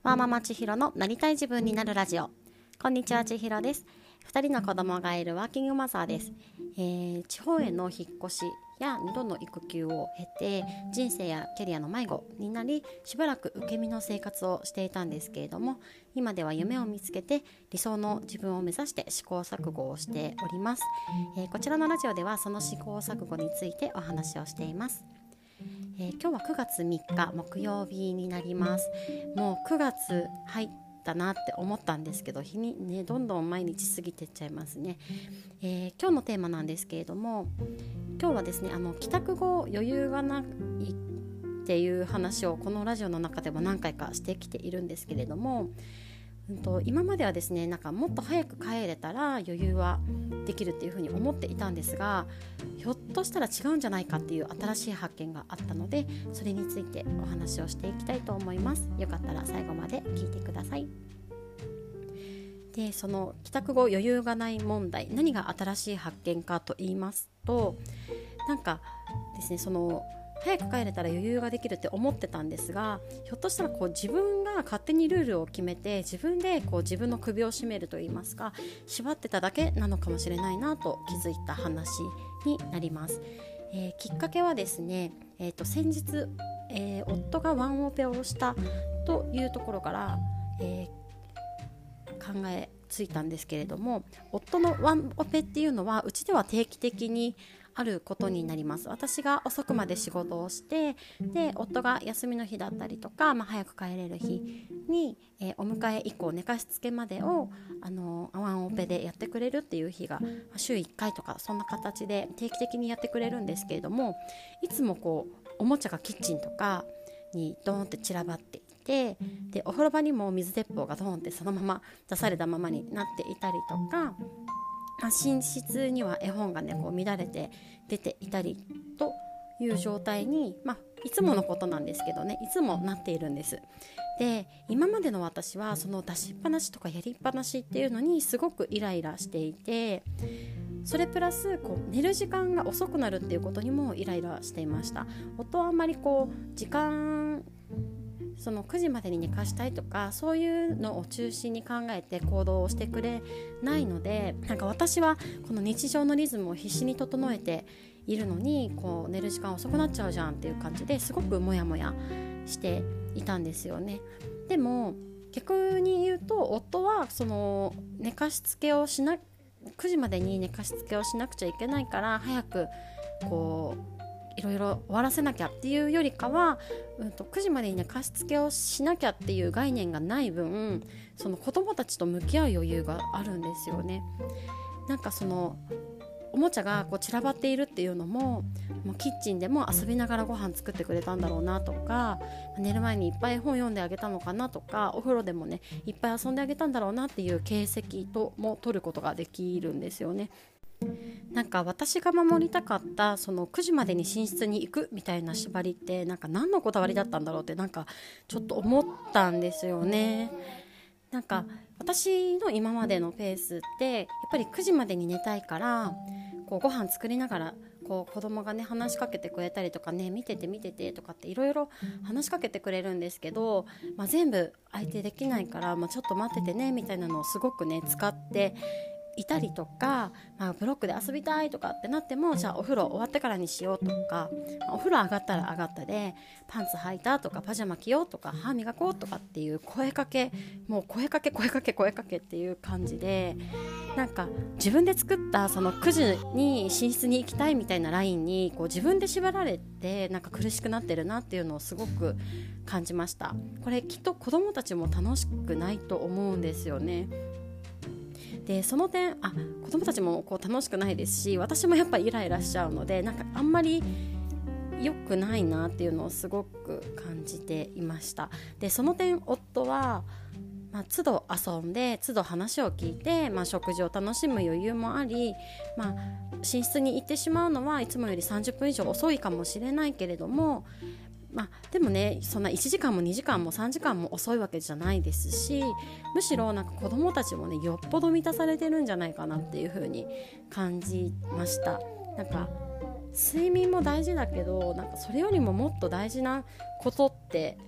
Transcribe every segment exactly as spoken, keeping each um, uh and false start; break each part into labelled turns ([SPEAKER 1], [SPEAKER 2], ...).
[SPEAKER 1] ワーママ千尋のなりたい自分になるラジオ。こんにちは、千尋です。ふたりの子供がいるワーキングマザーです。えー、地方への引っ越しやにどの育休を経て人生やキャリアの迷子になり、しばらく受け身の生活をしていたんですけれども、今では夢を見つけて理想の自分を目指して試行錯誤をしております。えー、こちらのラジオではその試行錯誤についてお話をしています。えー、今日はくがつみっか木曜日になります。もうくがつ入ったなって思ったんですけど、日にねどんどん毎日過ぎてっちゃいますね。えー、今日のテーマなんですけれども、今日はですねあの帰宅後余裕がないっていう話をこのラジオの中でも何回かしてきているんですけれども、うんと、今まではですねなんかもっと早く帰れたら余裕はできるっていうふうに思っていたんですが、ひょっとしたら違うんじゃないかっていう新しい発見があったので、それについてお話をしていきたいと思います。よかったら最後まで聞いてください。で、その帰宅後余裕がない問題、何が新しい発見かと言いますと、なんかですねその早く帰れたら余裕ができるって思ってたんですが、ひょっとしたらこう自分が勝手にルールを決めて自分でこう自分の首を絞めるといいますか、縛ってただけなのかもしれないなと気づいた話になります。えー、きっかけはですね、えー、と先日、えー、夫がワンオペをしたというところから、えー、考えついたんですけれども、夫のワンオペっていうのはうちでは定期的にあることになります。私が遅くまで仕事をして、で夫が休みの日だったりとか、まあ、早く帰れる日に、えー、お迎え以降寝かしつけまでをあのワンオペでやってくれるっていう日が、まあ、週いっかいとかそんな形で定期的にやってくれるんですけれども、いつもこうおもちゃがキッチンとかにドーンって散らばっていて、でお風呂場にも水鉄砲がドーンってそのまま出されたままになっていたりとか、寝室には絵本がねこう乱れて出ていたりという状態に、まあ、いつものことなんですけどね、いつもなっているんです。で、今までの私はその出しっぱなしとかやりっぱなしっていうのにすごくイライラしていて、それプラスこう寝る時間が遅くなるっていうことにもイライラしていました。夫はあんまりこう時間そのくじまでに寝かしたいとかそういうのを中心に考えて行動をしてくれないので、なんか私はこの日常のリズムを必死に整えているのにこう寝る時間遅くなっちゃうじゃんっていう感じですごくモヤモヤしていたんですよね。でも逆に言うと夫はその寝かしつけをしなくじまでに寝かしつけをしなくちゃいけないから早くこういろいろ終わらせなきゃっていうよりかは、うん、とくじまでに寝かしつけをしなきゃっていう概念がない分、その子供たちと向き合う余裕があるんですよね。なんかそのおもちゃがこう散らばっているっていうのも、もうキッチンでも遊びながらご飯作ってくれたんだろうなとか、寝る前にいっぱい本読んであげたのかなとか、お風呂でもねいっぱい遊んであげたんだろうなっていう形跡とも取ることができるんですよね。なんか私が守りたかったそのくじまでに寝室に行くみたいな縛りってなんか何のこだわりだったんだろうってなんかちょっと思ったんですよね。なんか私の今までのペースってやっぱりくじまでに寝たいからこうご飯作りながらこう子供がね話しかけてくれたりとかね、見てて見ててとかっていろいろ話しかけてくれるんですけど、まあ、全部相手できないから、まあ、ちょっと待っててねみたいなのをすごくね使っていたりとか、まあ、ブロックで遊びたいとかってなっても、じゃあお風呂終わってからにしようとか、お風呂上がったら上がったでパンツ履いたとかパジャマ着ようとか歯磨こうとかっていう声かけ、もう声かけ声かけ声かけっていう感じで、なんか自分で作ったそのくじに寝室に行きたいみたいなラインにこう自分で縛られてなんか苦しくなってるなっていうのをすごく感じました。これきっと子供たちも楽しくないと思うんですよね。でその点あ子供たちもこう楽しくないですし、私もやっぱりイライラしちゃうので、なんかあんまり良くないなっていうのをすごく感じていました。でその点夫は、まあ、都度遊んで都度話を聞いて、まあ、食事を楽しむ余裕もあり、まあ、寝室に行ってしまうのはいつもよりさんじゅっぷん以上遅いかもしれないけれども、まあ、でもねそんないちじかんもにじかんもさんじかんも遅いわけじゃないですし、むしろなんか子どもたちもねよっぽど満たされてるんじゃないかなっていう風に感じました。なんか睡眠も大事だけど、なんかそれよりももっと大事なことって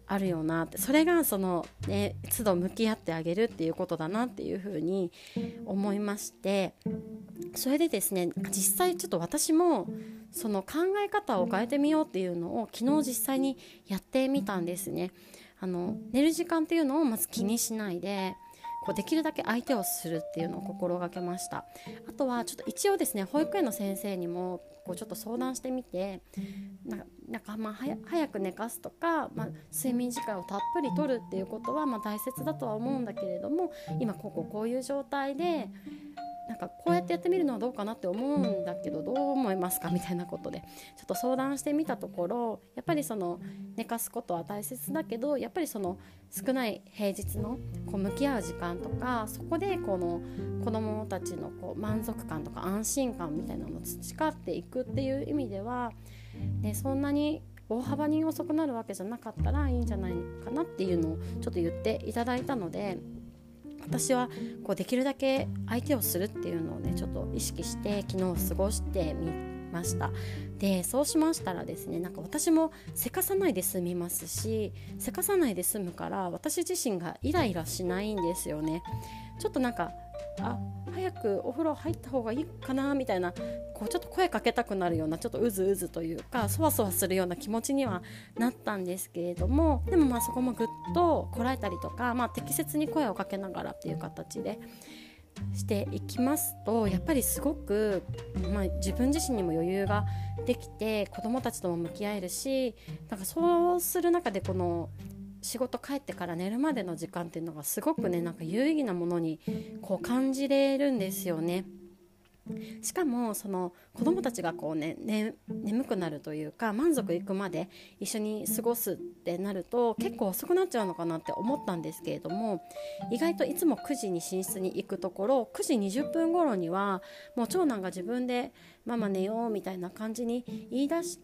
[SPEAKER 1] あるよなって、それがそのね都度向き合ってあげるっていうことだなっていうふうに思いまして、それでですね実際ちょっと私もその考え方を変えてみようっていうのを昨日実際にやってみたんですね。あの寝る時間っていうのをまず気にしないで、こうできるだけ相手をするっていうのを心がけました。あとはちょっと一応ですね保育園の先生にもこうちょっと相談してみて、なんかなんかまあはや早く寝かすとか、まあ、睡眠時間をたっぷりとるっていうことはまあ大切だとは思うんだけれども、今こここういう状態でなんかこうやってやってみるのはどうかなって思うんだけどどう思いますかみたいなことでちょっと相談してみたところ、やっぱりその寝かすことは大切だけど、やっぱりその少ない平日のこう向き合う時間とか、そこでこの子どもたちのこう満足感とか安心感みたいなのを培っていくっていう意味では、ね、そんなに大幅に遅くなるわけじゃなかったらいいんじゃないかなっていうのをちょっと言っていただいたので、私はこうできるだけ相手をするっていうのをねちょっと意識して昨日過ごしてみました。でそうしましたらですね、なんか私もせかさないで済みますし、せかさないで済むから私自身がイライラしないんですよね。ちょっとなんかあ早くお風呂入った方がいいかなみたいな、こうちょっと声かけたくなるような、ちょっとうずうずというかそわそわするような気持ちにはなったんですけれども、でもまあそこもぐっとこらえたりとか、まあ、適切に声をかけながらっていう形でしていきますと、やっぱりすごく、まあ、自分自身にも余裕ができて子どもたちとも向き合えるし、なんかそうする中でこの仕事帰ってから寝るまでの時間っていうのがすごくねなんか有意義なものにこう感じれるんですよね。しかもその子どもたちがこう、ねね、眠くなるというか満足いくまで一緒に過ごすってなると結構遅くなっちゃうのかなって思ったんですけれども、意外といつもくじに寝室に行くところくじにじゅっぷん頃にはもう長男が自分でママ寝ようみたいな感じに言い出して、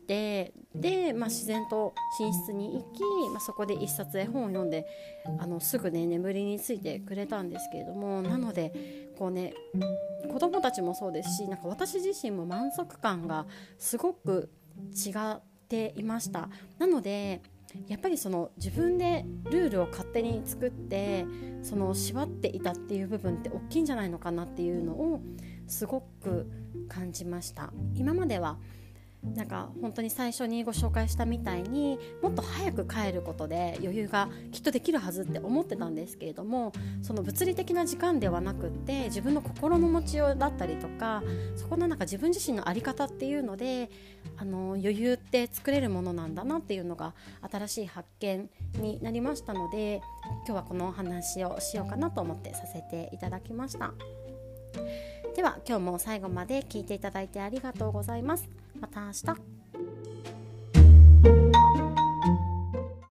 [SPEAKER 1] で、まあ、自然と寝室に行き、まあ、そこで一冊絵本を読んであのすぐね眠りについてくれたんですけれども、なのでこうね子供たちもそうですし、なんか私自身も満足感がすごく違っていました。なのでやっぱりその自分でルールを勝手に作ってその縛っていたっていう部分って大きいんじゃないのかなっていうのをすごく感じました。今まではなんか本当に最初にご紹介したみたいにもっと早く帰ることで余裕がきっとできるはずって思ってたんですけれども、その物理的な時間ではなくって自分の心の持ちようだったりとか、そこのなんか自分自身の在り方っていうのであの余裕って作れるものなんだなっていうのが新しい発見になりましたので、今日はこのお話をしようかなと思ってさせていただきました。では今日も最後まで聞いていただいてありがとうございます。また明日。